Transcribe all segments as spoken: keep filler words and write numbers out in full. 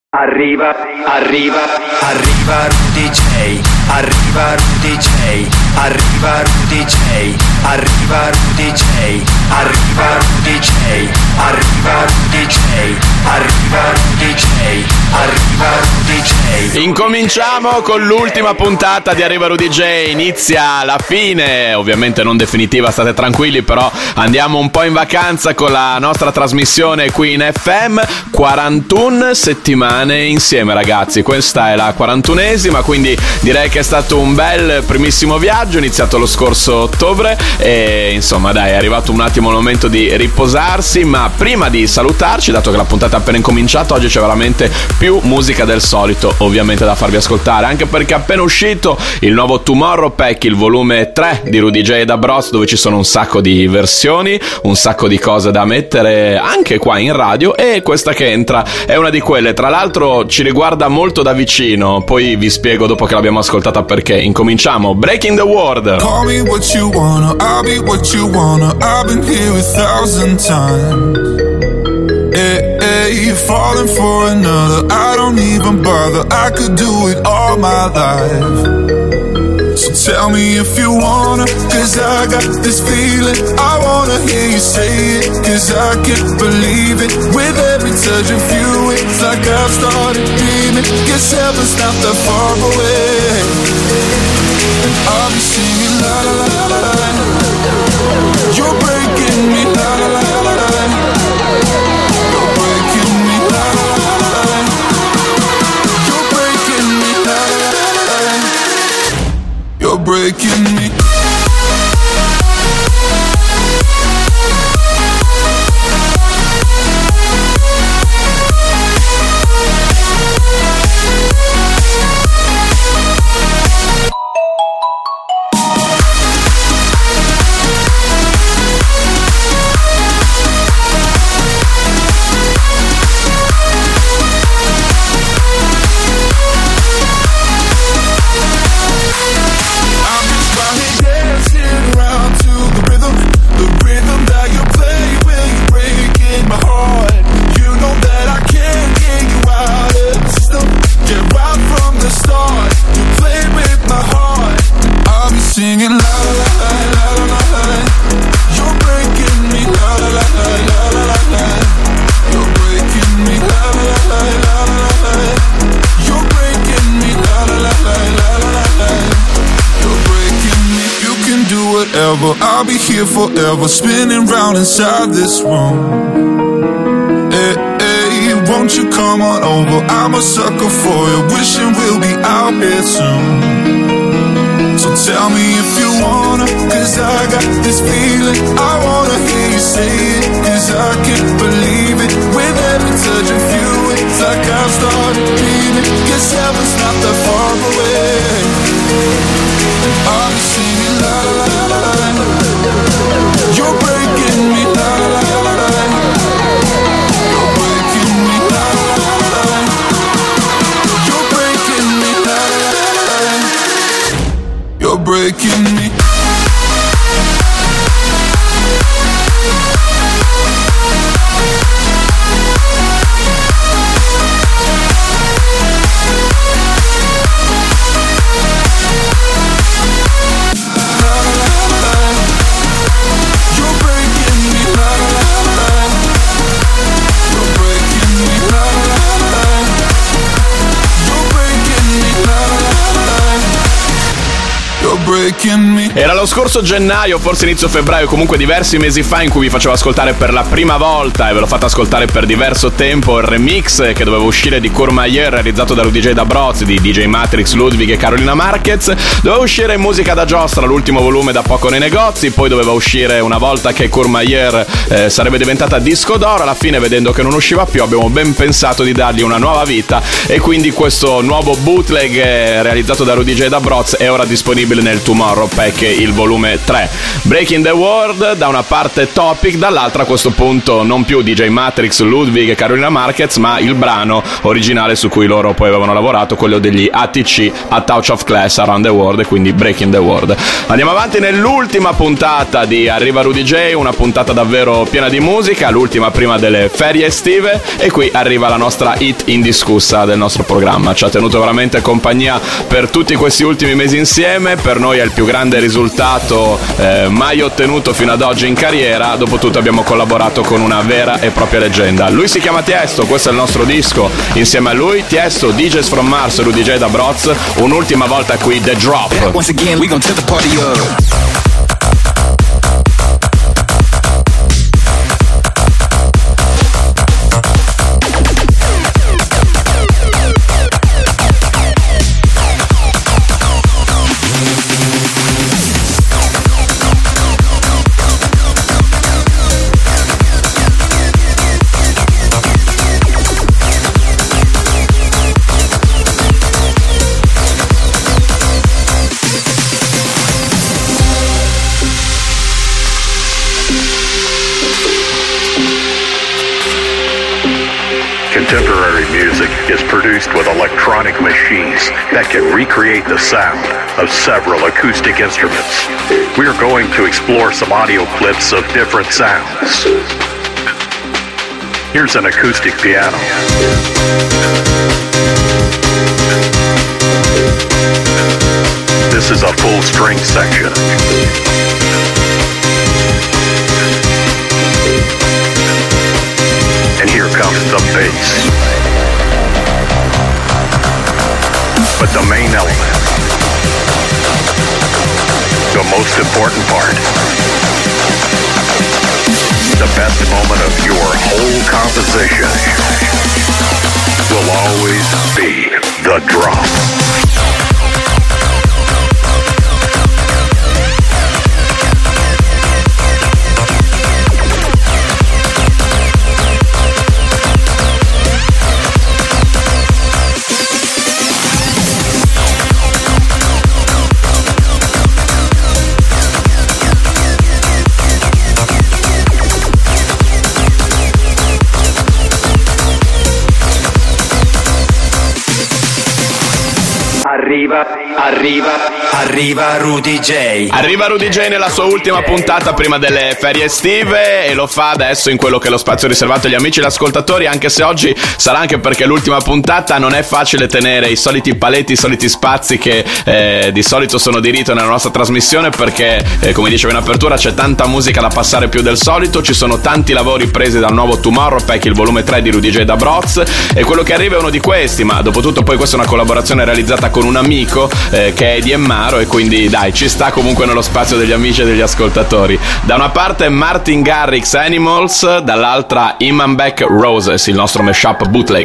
Arriva, arriva, arriva Rudy J, arriva Rudy J, arriva Rudy J, arriva Rudy J, arriva Rudy J, arriva Rudy J, arriva Rudy J, arriva Rudy J. Incominciamo con l'ultima puntata di Arriva Rudy J, inizia la fine, ovviamente non definitiva, state tranquilli, però andiamo un po' in vacanza con la nostra trasmissione qui in F M, quarantuno settimane insieme ragazzi, questa è la quarantunesima, quindi direi che è stato un bel primissimo viaggio, iniziato lo scorso ottobre e insomma dai, è arrivato un attimo il momento di riposarsi, ma prima di salutarci, dato che la puntata è appena incominciata, oggi c'è veramente più musica del solito ovviamente da farvi ascoltare, anche perché è appena uscito il nuovo Tomorrow Pack, il volume tre di Rudy J da Bros, dove ci sono un sacco di versioni, un sacco di cose da mettere anche qua in radio, e questa che entra è una di quelle, tra l'altro ci riguarda molto da vicino, poi vi spiego dopo che l'abbiamo ascoltata perché. Incominciamo, Breaking the World. Call me what you wanna, I'll be what you wanna, I've been here a thousand times. Hey, hey, falling for another, I don't even bother, I could do it all my life. So tell me if you wanna, cause I got this feeling, I wanna hear you say it, cause I can't believe it. With every touch of you, it's like I've started dreaming. Guess heaven's not that far away. And I'll be singing la la la la la. You're breaking me la la la la la. You're breaking me la la la la la. You're breaking me la la la la la. You're breaking me. I'll be here forever, spinning round inside this room. Hey, hey, won't you come on over? I'm a sucker for you, wishing we'll be out here soon. So tell me if you wanna, cause I got this feeling, I wanna hear you say it, cause I can't believe it. With every touch of you, it's like I've started dreaming. Guess heaven's not that far away. And I'll be singing la la la la la. You're breaking me la la la la la. You're breaking me la la la la la. You're breaking me la la la la. You're breaking me. Era lo scorso gennaio, forse inizio febbraio, comunque diversi mesi fa, in cui vi facevo ascoltare per la prima volta, e ve l'ho fatto ascoltare per diverso tempo, il remix che doveva uscire di Courmayeur, realizzato da Rudy J da Bros, di D J Matrix, Ludwig e Carolina Marquez. Doveva uscire in musica da giostra, l'ultimo volume da poco nei negozi, poi doveva uscire una volta che Courmayeur eh, sarebbe diventata disco d'oro. Alla fine, vedendo che non usciva più, abbiamo ben pensato di dargli una nuova vita, e quindi questo nuovo bootleg eh, realizzato da Rudy J da Bros è ora disponibile nel Tomorrow Pack, il volume tre. Breaking the World, da una parte Topic, dall'altra a questo punto non più D J Matrix, Ludwig e Carolina Marquez, ma il brano originale su cui loro poi avevano lavorato, quello degli A T C, A Touch of Class Around the World, e quindi Breaking the World. Andiamo avanti nell'ultima puntata di Arriva Rudy J, una puntata davvero piena di musica, l'ultima prima delle ferie estive, e qui arriva la nostra hit indiscussa del nostro programma. Ci ha tenuto veramente compagnia per tutti questi ultimi mesi insieme, per noi è il più grande risultato eh, mai ottenuto fino ad oggi in carriera. Dopotutto abbiamo collaborato con una vera e propria leggenda. Lui si chiama Tiesto, questo è il nostro disco. Insieme a lui Tiesto, D Js from Mars, Rudy J da Broz, un'ultima volta qui The Drop. Once again, we gon' tip the party up. Contemporary music is produced with electronic machines that can recreate the sound of several acoustic instruments. We are going to explore some audio clips of different sounds. Here's an acoustic piano. This is a full string section. And here comes the bass. But the main element, the most important part, the best moment of your whole composition will always be the drop. Arriva, arriva, arriva Rudy J. Arriva Rudy J nella sua ultima puntata prima delle ferie estive, e lo fa adesso in quello che è lo spazio riservato agli amici e agli ascoltatori, anche se oggi sarà anche perché l'ultima puntata non è facile tenere i soliti paletti, i soliti spazi che eh, di solito sono di rito nella nostra trasmissione, perché eh, come dicevo in apertura c'è tanta musica da passare più del solito, ci sono tanti lavori presi dal nuovo Tomorrow Pack, il volume tre di Rudy J da Broz, e quello che arriva è uno di questi, ma dopotutto poi questa è una collaborazione realizzata con un amico eh, che è Eddie Emmaro, e quindi dai, ci sta comunque nello spazio degli amici e degli ascoltatori. Da una parte Martin Garrix Animals, dall'altra Imanbek Roses, il nostro mashup bootleg.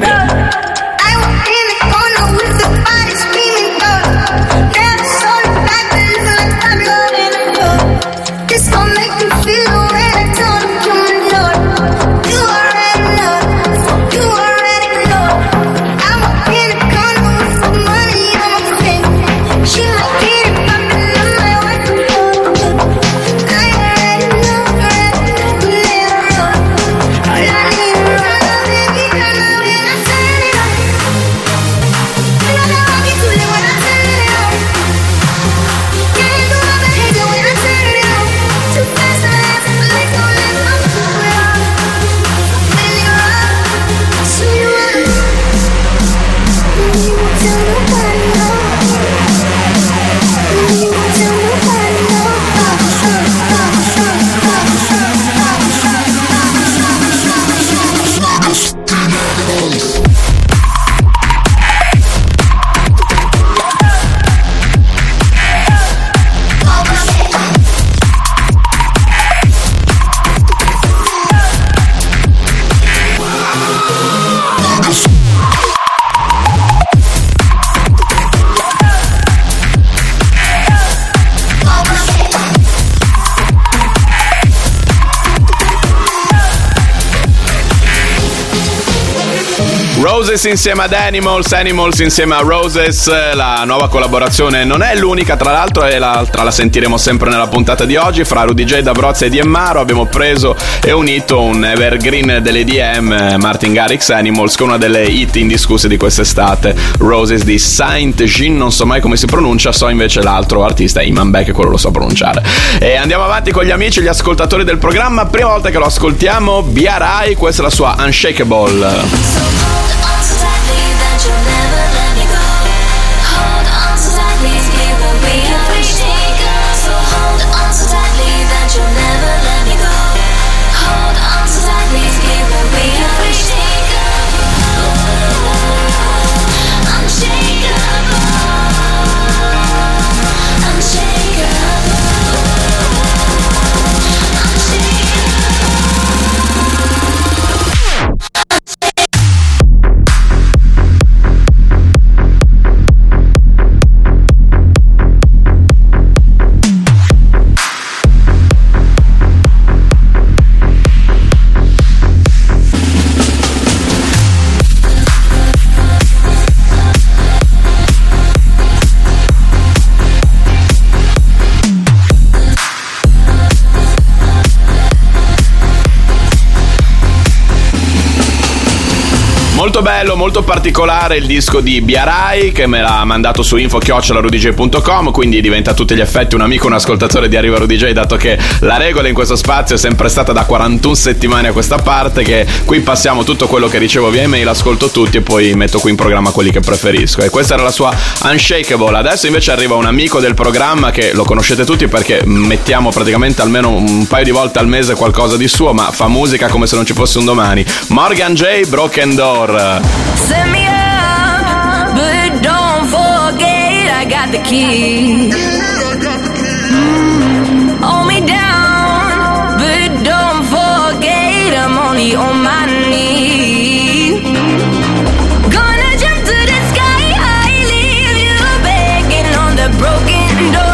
I Roses insieme ad Animals, Animals insieme a Roses, la nuova collaborazione non è l'unica, tra l'altro, e l'altra la sentiremo sempre nella puntata di oggi, fra Rudy J, D'Abrozzi e D M Aro. Abbiamo preso e unito un evergreen dell'E D M, Martin Garrix, Animals, con una delle hit indiscusse di quest'estate, Roses di Saint Jean, non so mai come si pronuncia, so invece l'altro artista, Iman Beck, quello lo so pronunciare. E andiamo avanti con gli amici, gli ascoltatori del programma. Prima volta che lo ascoltiamo, Bia Rai, questa è la sua Unshakable. Molto bello, molto particolare il disco di Bia Rai, che me l'ha mandato su info chiocciola rudy j punto com, quindi diventa a tutti gli effetti un amico, un ascoltatore di Arriva Rudy J, dato che la regola in questo spazio è sempre stata da quarantuno settimane a questa parte, che qui passiamo tutto quello che ricevo via email, ascolto tutti e poi metto qui in programma quelli che preferisco, e questa era la sua Unshakable. Adesso invece arriva un amico del programma che lo conoscete tutti perché mettiamo praticamente almeno un paio di volte al mese qualcosa di suo, ma fa musica come se non ci fosse un domani. Morgan J, Broken Door. Set me up, but don't forget I got the key. Mm, hold me down, but don't forget I'm only on my knees. Gonna jump to the sky, I leave you begging on the broken door.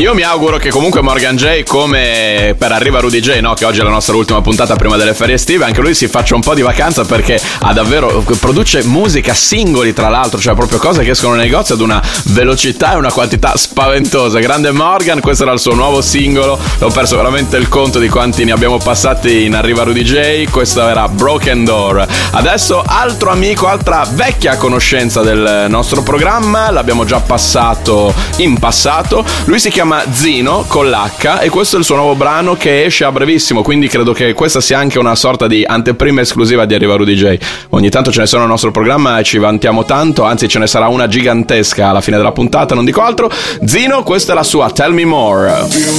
Io mi auguro che comunque Morgan J, come per Arriva Rudy J, no, che oggi è la nostra ultima puntata prima delle ferie estive, anche lui si faccia un po' di vacanza, perché ha davvero produce musica, singoli tra l'altro, cioè proprio cose che escono nei negozi ad una velocità e una quantità spaventosa. Grande Morgan, questo era il suo nuovo singolo, ho perso veramente il conto di quanti ne abbiamo passati in Arriva Rudy J. Questo era Broken Door. Adesso altro amico, altra vecchia conoscenza del nostro programma, l'abbiamo già passato in passato. Lui si chiama Zino con l'H e questo è il suo nuovo brano che esce a brevissimo, quindi credo che questa sia anche una sorta di anteprima esclusiva di Arriva Rudy J. Ogni tanto ce ne sono nel nostro programma e ci vantiamo tanto, anzi ce ne sarà una gigantesca alla fine della puntata, non dico altro. Zino, questa è la sua Tell Me More.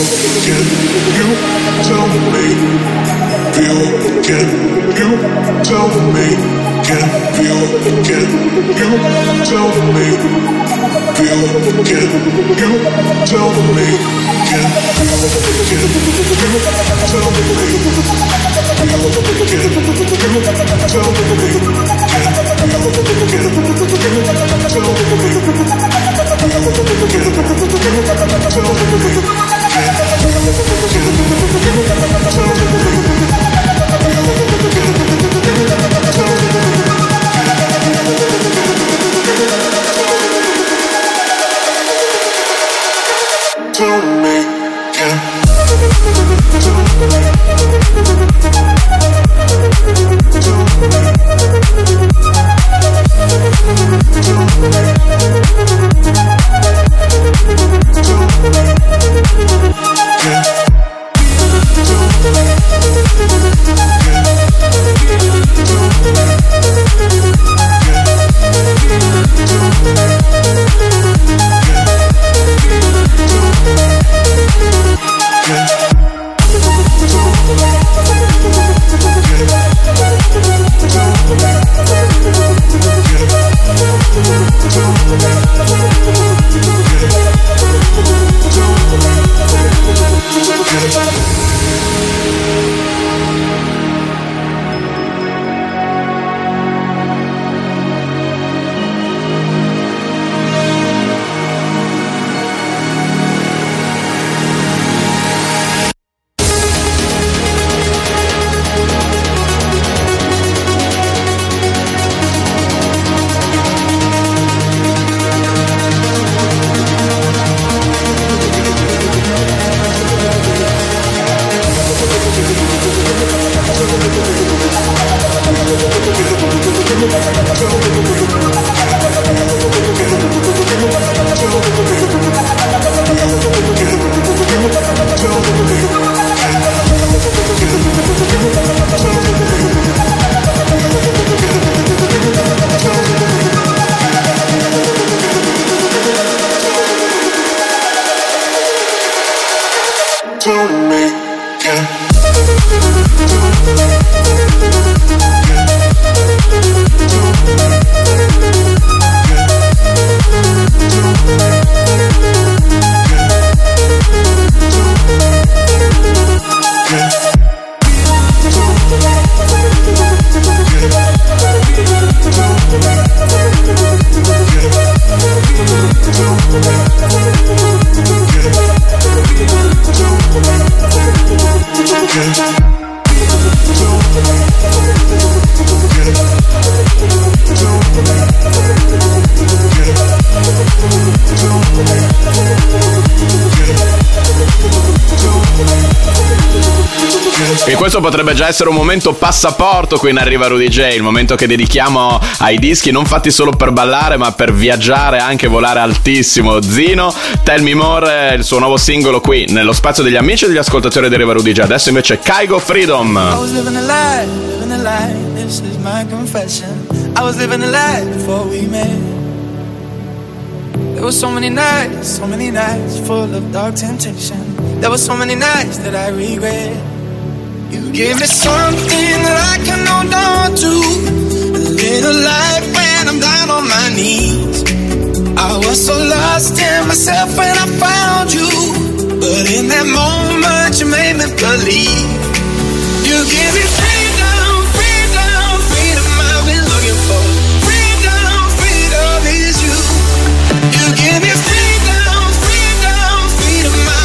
E questo potrebbe già essere un momento passaporto qui in Arriva Rudy J, il momento che dedichiamo ai dischi non fatti solo per ballare ma per viaggiare, anche volare altissimo. Zino, Tell Me More, il suo nuovo singolo qui nello spazio degli amici e degli ascoltatori di Arriva Rudy J. Adesso invece Kygo Freedom. I was living a lie, living a lie, this is my confession. I was living a lie before we met. There were so many nights, so many nights full of dark temptation. There were so many nights that I regret. You give me something that I can hold on to, a little light when I'm down on my knees. I was so lost in myself when I found you, but in that moment you made me believe. You give me freedom, freedom, freedom I've been looking for. Freedom, freedom is you. You give me freedom, freedom, freedom I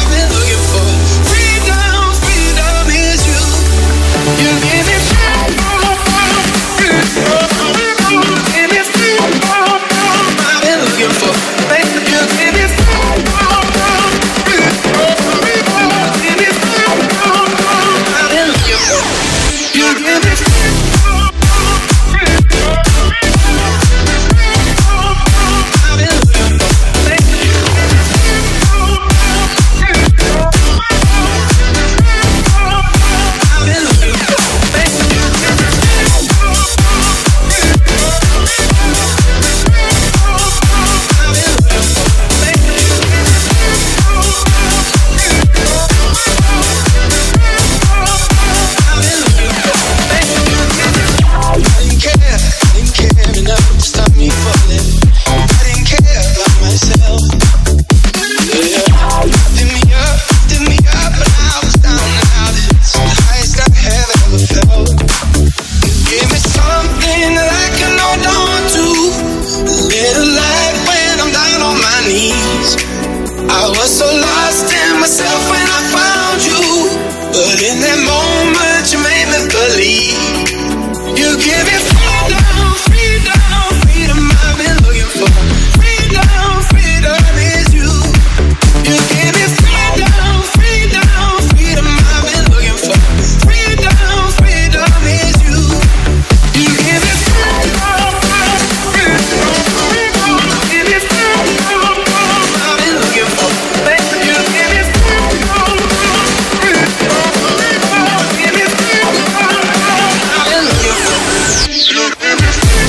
I was so lost in myself when I found you, but in that moment you made me believe. You give me freedom, freedom, freedom I've been looking for. Freedom, freedom is you. You give me freedom, freedom, freedom I've been looking for. Freedom, freedom is you. You give me freedom, freedom, freedom, give me freedom I've been looking for. You give me freedom, freedom, freedom, give me freedom I've been looking for. You give me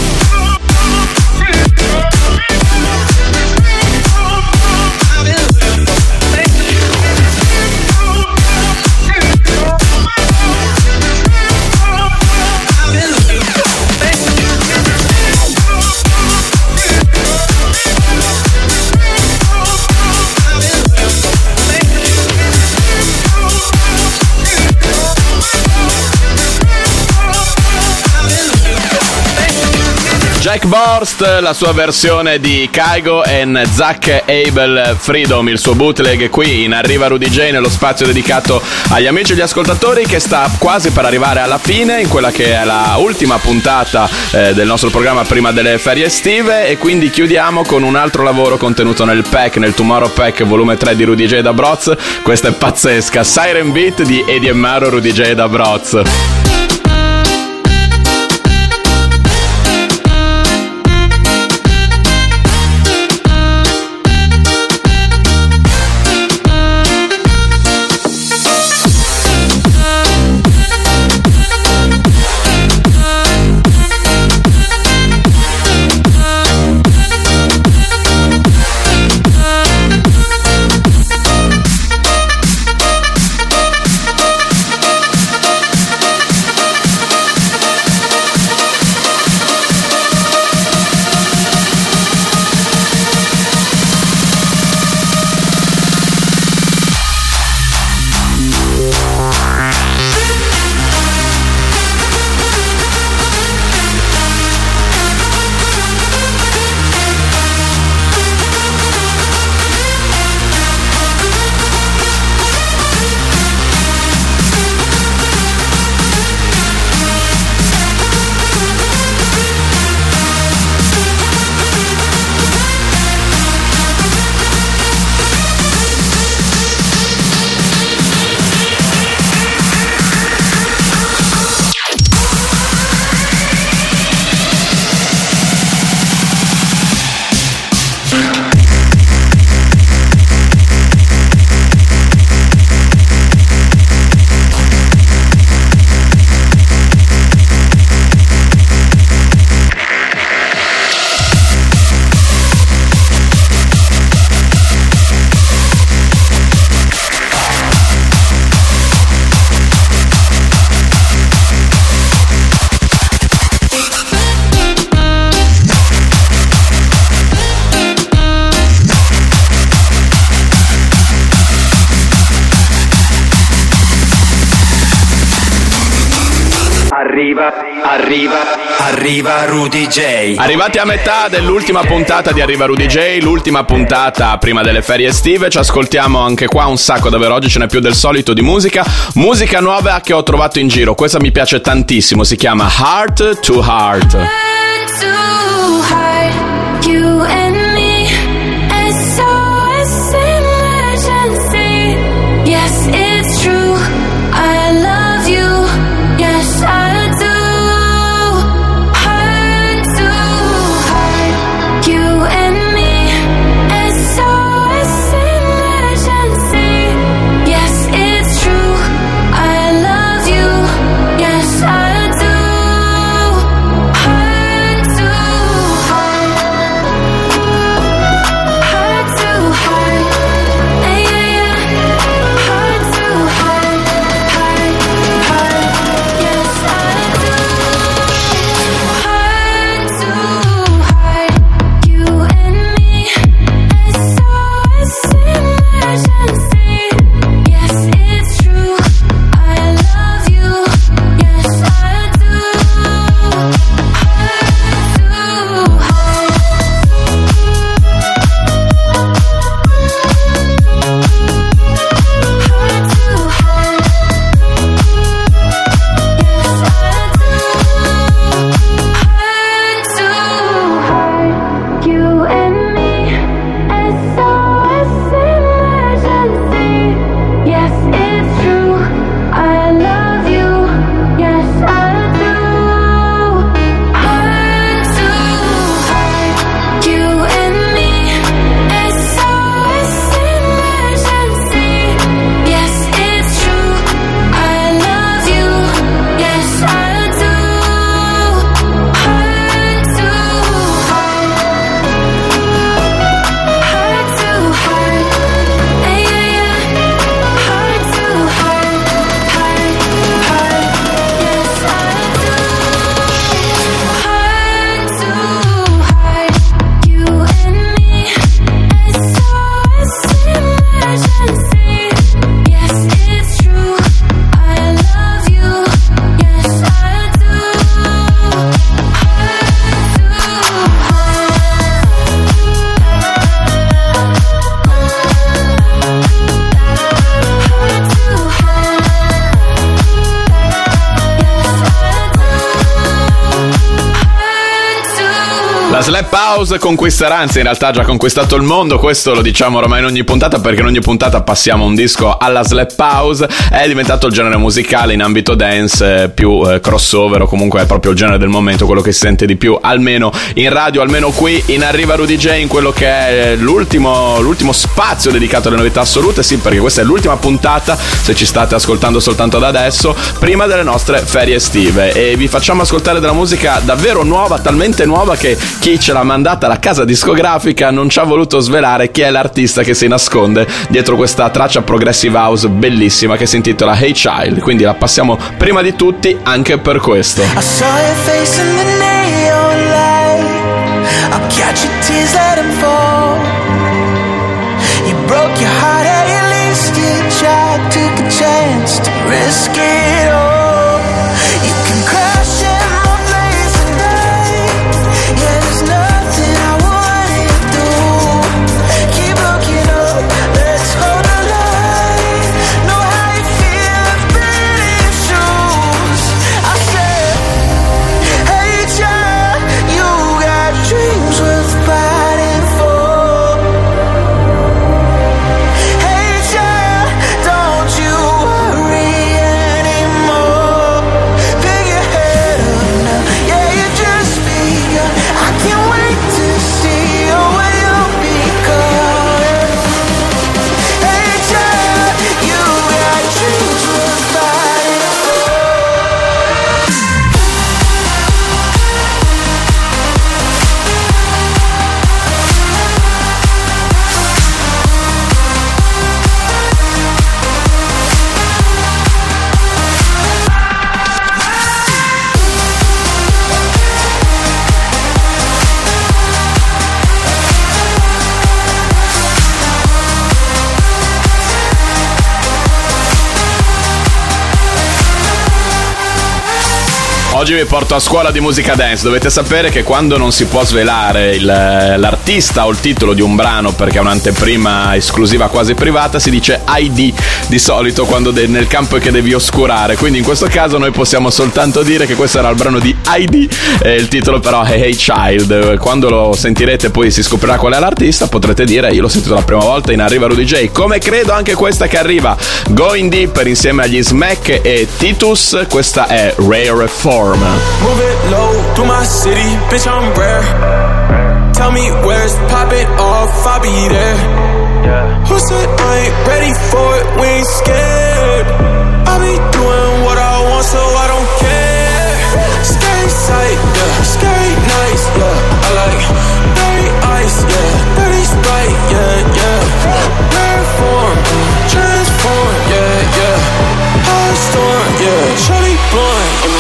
Jack Borst, la sua versione di Kygo and Zach Abel Freedom, il suo bootleg qui in Arriva Rudy J, nello spazio dedicato agli amici e agli ascoltatori, che sta quasi per arrivare alla fine in quella che è la ultima puntata eh, del nostro programma prima delle ferie estive, e quindi chiudiamo con un altro lavoro contenuto nel pack, nel Tomorrow Pack volume tre di Rudy J da Broz. Questa è pazzesca, Siren Beat di Eddie e Maro, Rudy J da Broz. Arriva, arriva, arriva Rudy J. Arrivati a metà dell'ultima puntata di Arriva Rudy J, l'ultima puntata prima delle ferie estive. Ci ascoltiamo anche qua un sacco, davvero oggi ce n'è più del solito di musica. Musica nuova che ho trovato in giro, questa mi piace tantissimo, si chiama Heart to Heart. Heart to heart, you and me, S O S emergency. Yes, it's true, I love you, yes I do. Heart to heart, you and me, S O S emergency. Yes, it's true, I love you, yes I do. Heart to heart. La Slap House conquisterà, anzi in realtà ha già conquistato il mondo, questo lo diciamo ormai in ogni puntata, perché in ogni puntata passiamo un disco alla Slap House. È diventato il genere musicale in ambito dance eh, più eh, crossover, o comunque è proprio il genere del momento, quello che si sente di più, almeno in radio, almeno qui in Arriva Rudy J, in quello che è l'ultimo, l'ultimo spazio dedicato alle novità assolute. Sì, perché questa è l'ultima puntata, se ci state ascoltando soltanto da adesso, prima delle nostre ferie estive, e vi facciamo ascoltare della musica davvero nuova, talmente nuova che chi ce l'ha mandata alla casa discografica non ci ha voluto svelare chi è l'artista che si nasconde dietro questa traccia progressive house bellissima che si intitola Hey Child, quindi la passiamo prima di tutti anche per questo. I saw your face in the neon light. I'll catch your tears, let them fall. You broke your heart, at least you tried. Took a chance to risk it all. You can crash in my place tonight. Yeah, there's nothing I wouldn't do. Keep looking up, let's hold the line. Know how you feel, I've been in your shoes. I said, hey child, you got dreams worth fighting for. Hey child, don't you worry anymore. Pick your head up now, yeah, you just begun. I can't wait to see you when you'll be caught. Hey child, you got dreams worth fighting for. Oggi vi porto a scuola di musica dance. Dovete sapere che quando non si può svelare il, l'artista o il titolo di un brano perché è un'anteprima esclusiva quasi privata, si dice I D di solito quando de- nel campo è che devi oscurare. Quindi in questo caso noi possiamo soltanto dire che questo era il brano di I D, e il titolo però è Hey Child. Quando lo sentirete poi si scoprirà qual è l'artista, potrete dire io l'ho sentito la prima volta in Arriva Rudy J, come credo anche questa che arriva, Going Deeper insieme agli Smack e Titus. Questa è Rare Form. Move it low through my city, bitch, I'm rare. Tell me where's poppin' off, I'll be there. Who said I ain't ready for it, we ain't scared. I be doing what I want, so I don't care. Scary sight, yeah, scary nights, yeah. I like very ice, yeah, dirty's right, yeah, yeah. Rare form, transform, yeah, yeah. High storm, yeah, Shawty blunt.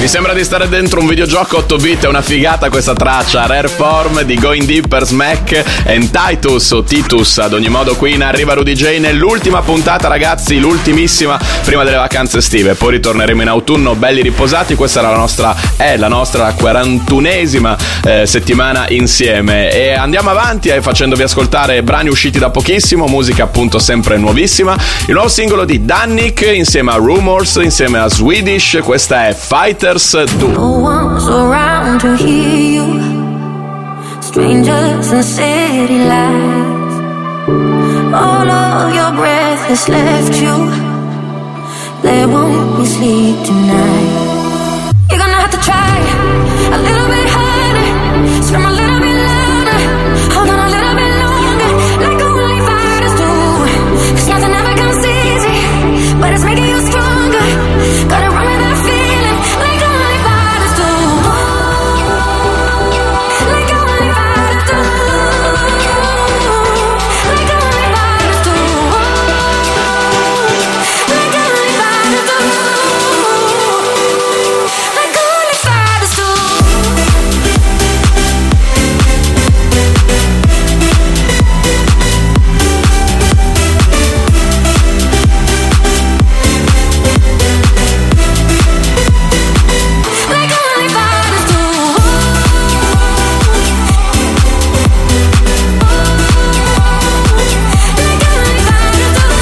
sembra di stare dentro un videogioco otto bit, è una figata questa traccia. Rare Form di Going Deep per Smack e Titus o Titus. Ad ogni modo qui in Arriva Rudy J nell'ultima puntata, ragazzi, l'ultimissima prima delle vacanze estive. Poi ritorneremo in autunno belli riposati. Questa era la nostra, è la nostra quarantunesima eh, settimana insieme. E andiamo avanti eh, facendovi ascoltare brani usciti da pochissimo, musica appunto sempre nuovissima. Il nuovo singolo di Dannic insieme a Rumors, insieme a Swedish. Questa è Fighters Do. No one's around to hear you. Strangers and city lights. All of your breath has left you. There won't be sleep tonight. You're gonna have to try a little bit harder. Scream a little bit louder. Hold on a little bit longer. Like only fighters do. 'Cause nothing ever comes easy, but it's making you stronger. Gotta run with that feeling. Like only fighters do. Like only fighters do. Like only fighters do. Like only fighters do. Like only fighters do. Like only fighters do. Like only fighters do.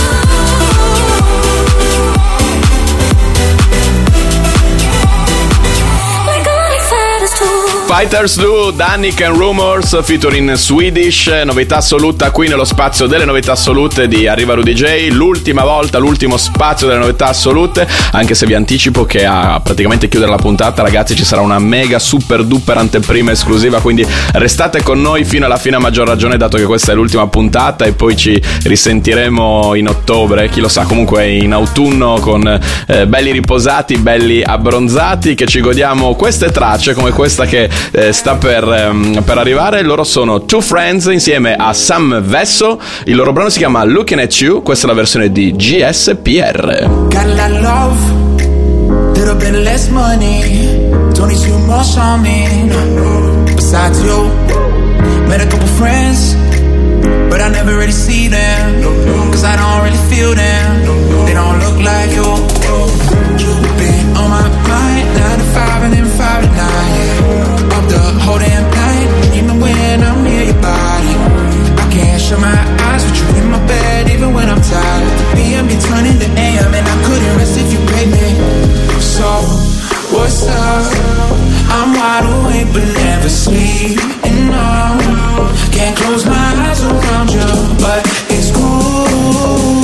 Like only fighters do. Fighters Do, Dannic and Rumors featuring Swedish, novità assoluta qui nello spazio delle novità assolute di Arriva Rudy J, l'ultima volta, l'ultimo spazio delle novità assolute, anche se vi anticipo che a praticamente chiudere la puntata, ragazzi, ci sarà una mega super duper anteprima esclusiva, quindi restate con noi fino alla fine a maggior ragione, dato che questa è l'ultima puntata e poi ci risentiremo in ottobre, chi lo sa, comunque in autunno con eh, belli riposati, belli abbronzati, che ci godiamo queste tracce come questa che eh, sta per, ehm, per arrivare. Loro sono Two Friends insieme a Sam Vesso, il loro brano si chiama Looking at You, questa è la versione di G S P R. Got a lot of love, little bit less money. Don't need too much on me. Besides you, met a couple friends, but I never really see them. Cause I don't really feel them. They don't look like you. You've been on my mind, nine to five and then five to nine. Yeah. Up the whole damn night, even when I'm near your body. I can't shut my eyes with you in my bed, even when I'm tired. The P M be turning to A M and I couldn't rest if you paid me. So, what's up? I'm wide awake but never sleep. And no, can't close my eyes around you, but it's cool.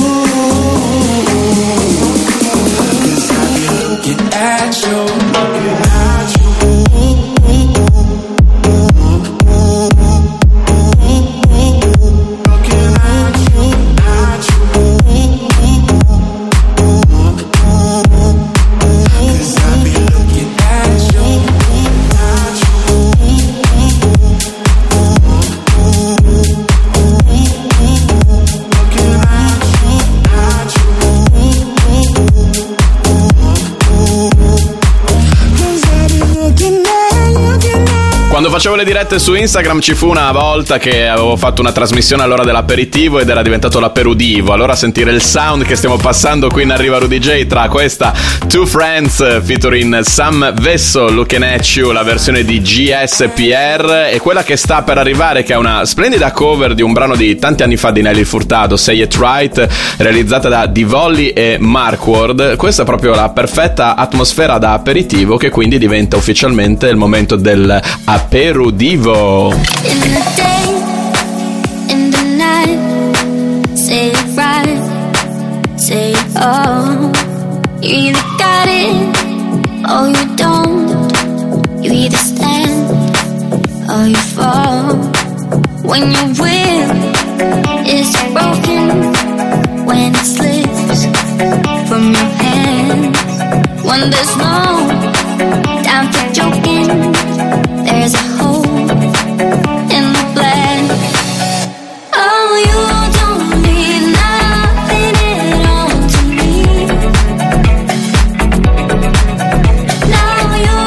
Cause I be looking at you, looking at you. Quando facevo le dirette su Instagram ci fu una volta che avevo fatto una trasmissione all'ora dell'aperitivo ed era diventato l'aperudivo. Allora sentire il sound che stiamo passando qui in Arriva Rudy J tra questa Two Friends featuring Sam Vesso, Looking at You, la versione di G S P R, e quella che sta per arrivare, che è una splendida cover di un brano di tanti anni fa di Nelly Furtado, Say It Right, realizzata da Divolli e Markward. Questa è proprio la perfetta atmosfera da aperitivo, che quindi diventa ufficialmente il momento del aperitivo. In the day, in the night, say it right, say it all. You either got it, or you don't. You either stand, or you fall. When your will is broken, when it slips from your hands, when there's no time for joking, there's a hole in the plan. Oh, you don't mean nothing at all to me. No, you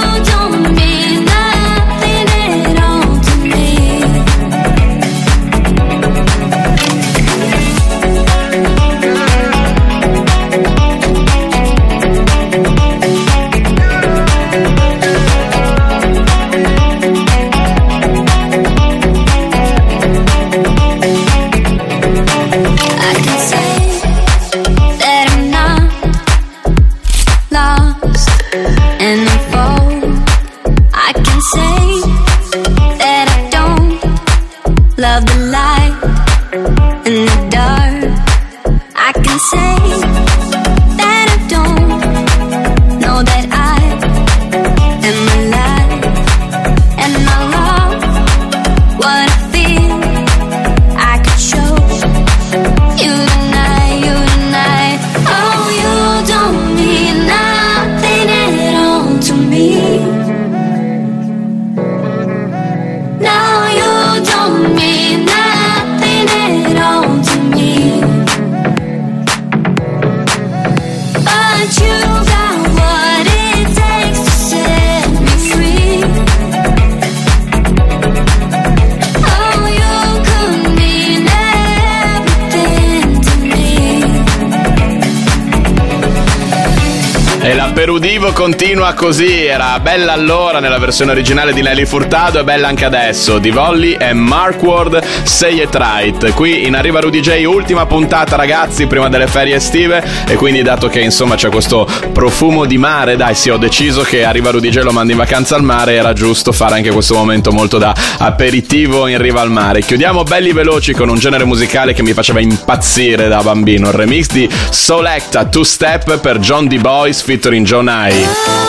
Perudivo continua così, era bella allora nella versione originale di Nelly Furtado e bella anche adesso, di Volly e Mark Ward, Say It Right. Qui in Arriva Rudy J, ultima puntata ragazzi prima delle ferie estive, e quindi dato che insomma c'è questo profumo di mare, dai sì, ho deciso che Arriva Rudy J lo mando in vacanza al mare, era giusto fare anche questo momento molto da aperitivo in riva al mare. Chiudiamo belli veloci con un genere musicale che mi faceva impazzire da bambino, il remix di Solecta, Two Step per John D. Boys featuring John I.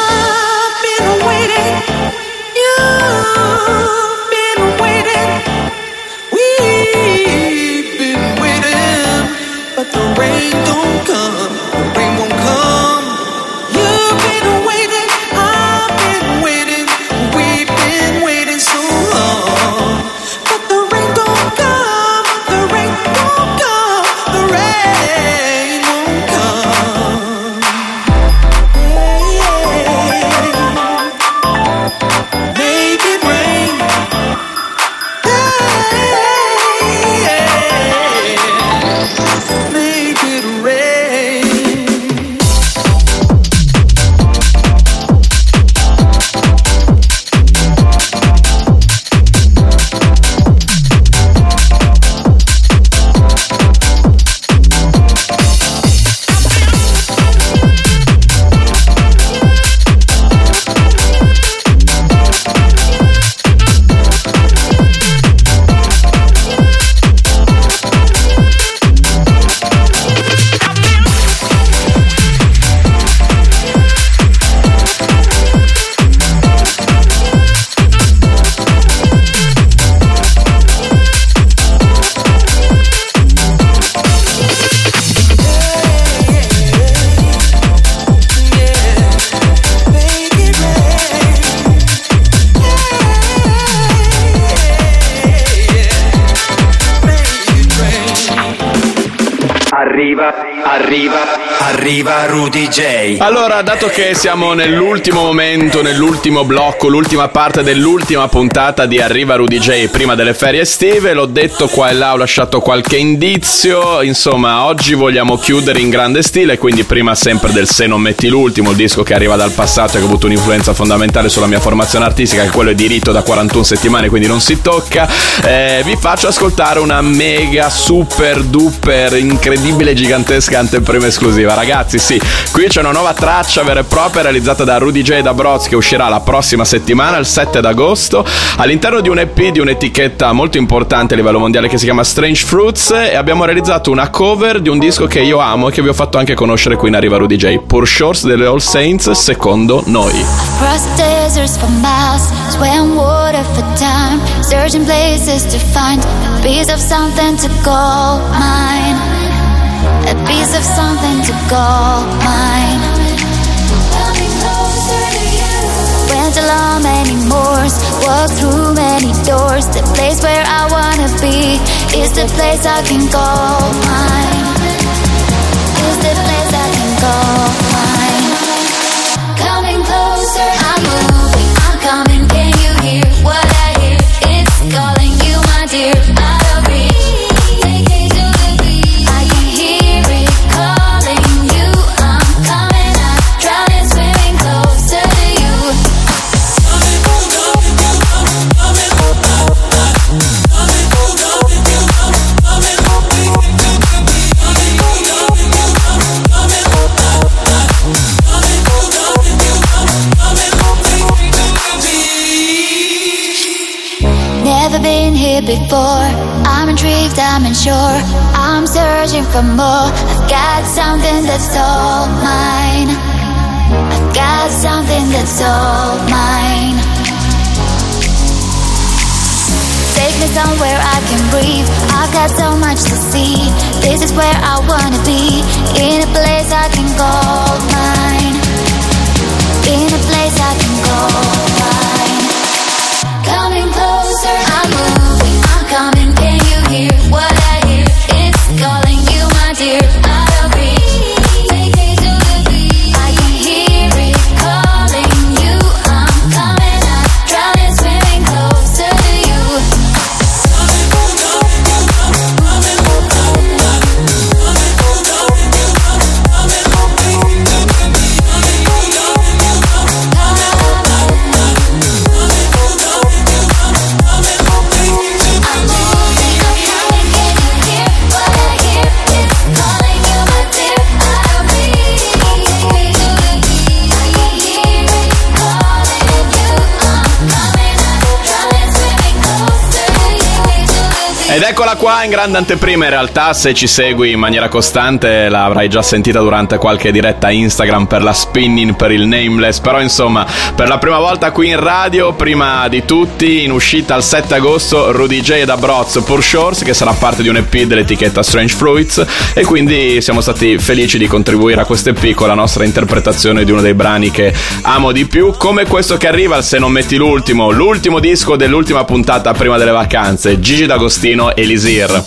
Arriva, arriva, arriva Rudy J. Allora, dato che siamo nell'ultimo momento, nell'ultimo blocco, l'ultima parte dell'ultima puntata di Arriva Rudy J prima delle ferie estive, l'ho detto qua e là, ho lasciato qualche indizio, insomma oggi vogliamo chiudere in grande stile, quindi prima sempre del Se non metti l'ultimo, il disco che arriva dal passato e che ha avuto un'influenza fondamentale sulla mia formazione artistica, che quello è diritto da quarantuno settimane, quindi non si tocca. Eh, vi faccio ascoltare una mega super duper incredibile gigantesca anteprima esclusiva, ragazzi. Sì, qui c'è una nuova traccia vera e propria realizzata da Rudy J da Broz, che uscirà la prossima settimana, il sette d'agosto, all'interno di un E P di un'etichetta molto importante a livello mondiale che si chiama Strange Fruits, e abbiamo realizzato una cover di un disco che io amo e che vi ho fatto anche conoscere qui in Arriva Rudy J, Poor Shores delle All Saints, Secondo Noi. Across deserts for miles, swam water for time, searching places to find a piece of something to call mine, a piece of something to call mine. Coming closer to you. Went along many moors, walked through many doors. The place where I wanna be is the place I can call mine. Is the place I can call mine. Coming closer, I'm moving, I'm coming. Can you hear what I hear? It's calling you, my dear. Out of reach, take it to the beach. I can hear it calling you. I'm coming, I'm drowning, swimming closer to you. Never been here before. I'm intrigued, I'm unsure. I'm searching for more. I've got something that's all mine. I've got something that's all mine. Take me somewhere I can breathe. I've got so much to see. This is where I wanna be. In a place I can call mine. In a place I can call mine. Coming closer, I'm moving, I'm coming. Can you hear what I hear? It's calling you, my dear. Out of reach, take me to the beach. I can hear it calling you. I'm coming, I'm drowning, swimming closer to you. Coming, coming, coming, coming, coming, coming, coming, coming, coming, coming, Ed eccola qua in grande anteprima. In realtà, se ci segui in maniera costante, l'avrai già sentita durante qualche diretta Instagram per la spinning, per il Nameless. Però insomma, per la prima volta qui in radio, prima di tutti, in uscita il sette agosto, Rudy J ed Abrozzo Pour Shores, che sarà parte di un E P dell'etichetta Strange Fruits. E quindi siamo stati felici di contribuire a questo E P con la nostra interpretazione di uno dei brani che amo di più, come questo che arriva, se non metti l'ultimo, l'ultimo disco dell'ultima puntata prima delle vacanze, Gigi D'Agostino, Elisir.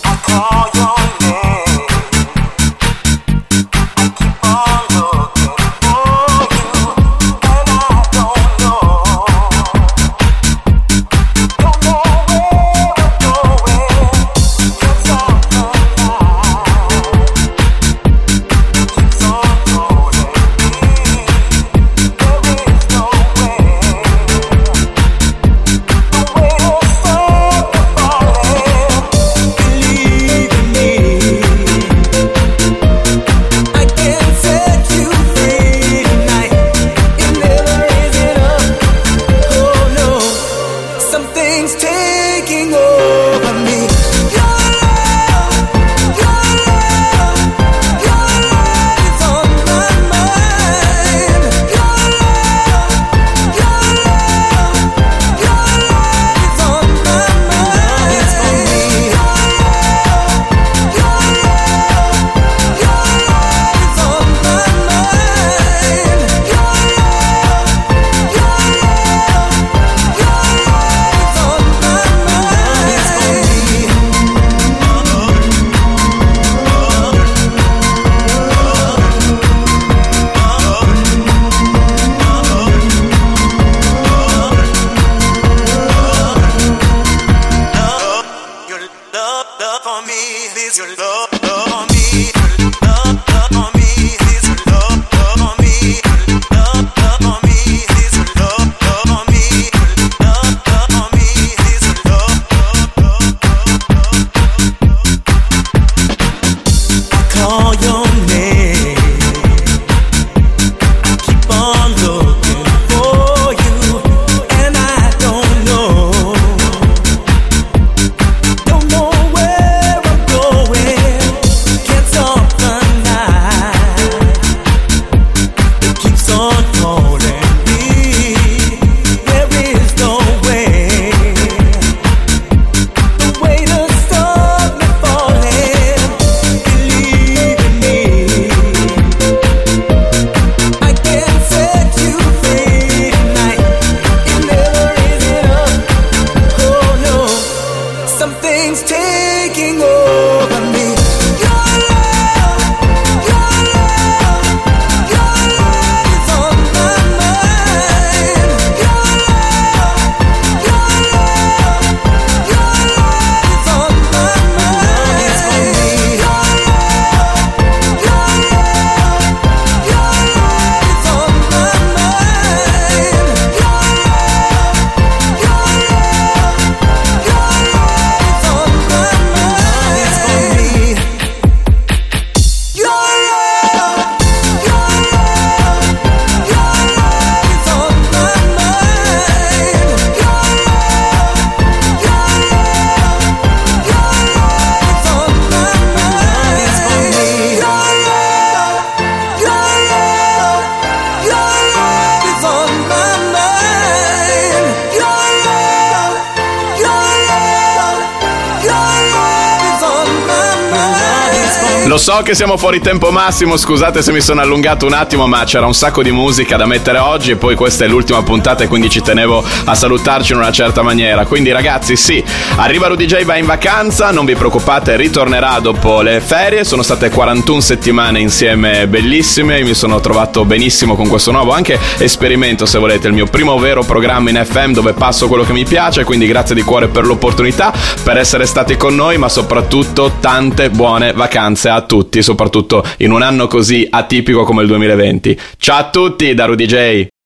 Lo so che siamo fuori tempo massimo, scusate se mi sono allungato un attimo, ma c'era un sacco di musica da mettere oggi e poi questa è l'ultima puntata e quindi ci tenevo a salutarci in una certa maniera. Quindi ragazzi, sì, arriva Rudy J, va in vacanza, non vi preoccupate, ritornerà dopo le ferie. Sono state quarantuno settimane insieme bellissime, mi sono trovato benissimo con questo nuovo anche esperimento, se volete, il mio primo vero programma in F M dove passo quello che mi piace, quindi grazie di cuore per l'opportunità, per essere stati con noi, ma soprattutto tante buone vacanze a tutti, soprattutto in un anno così atipico come il duemilaventi. Ciao a tutti da Rudy J.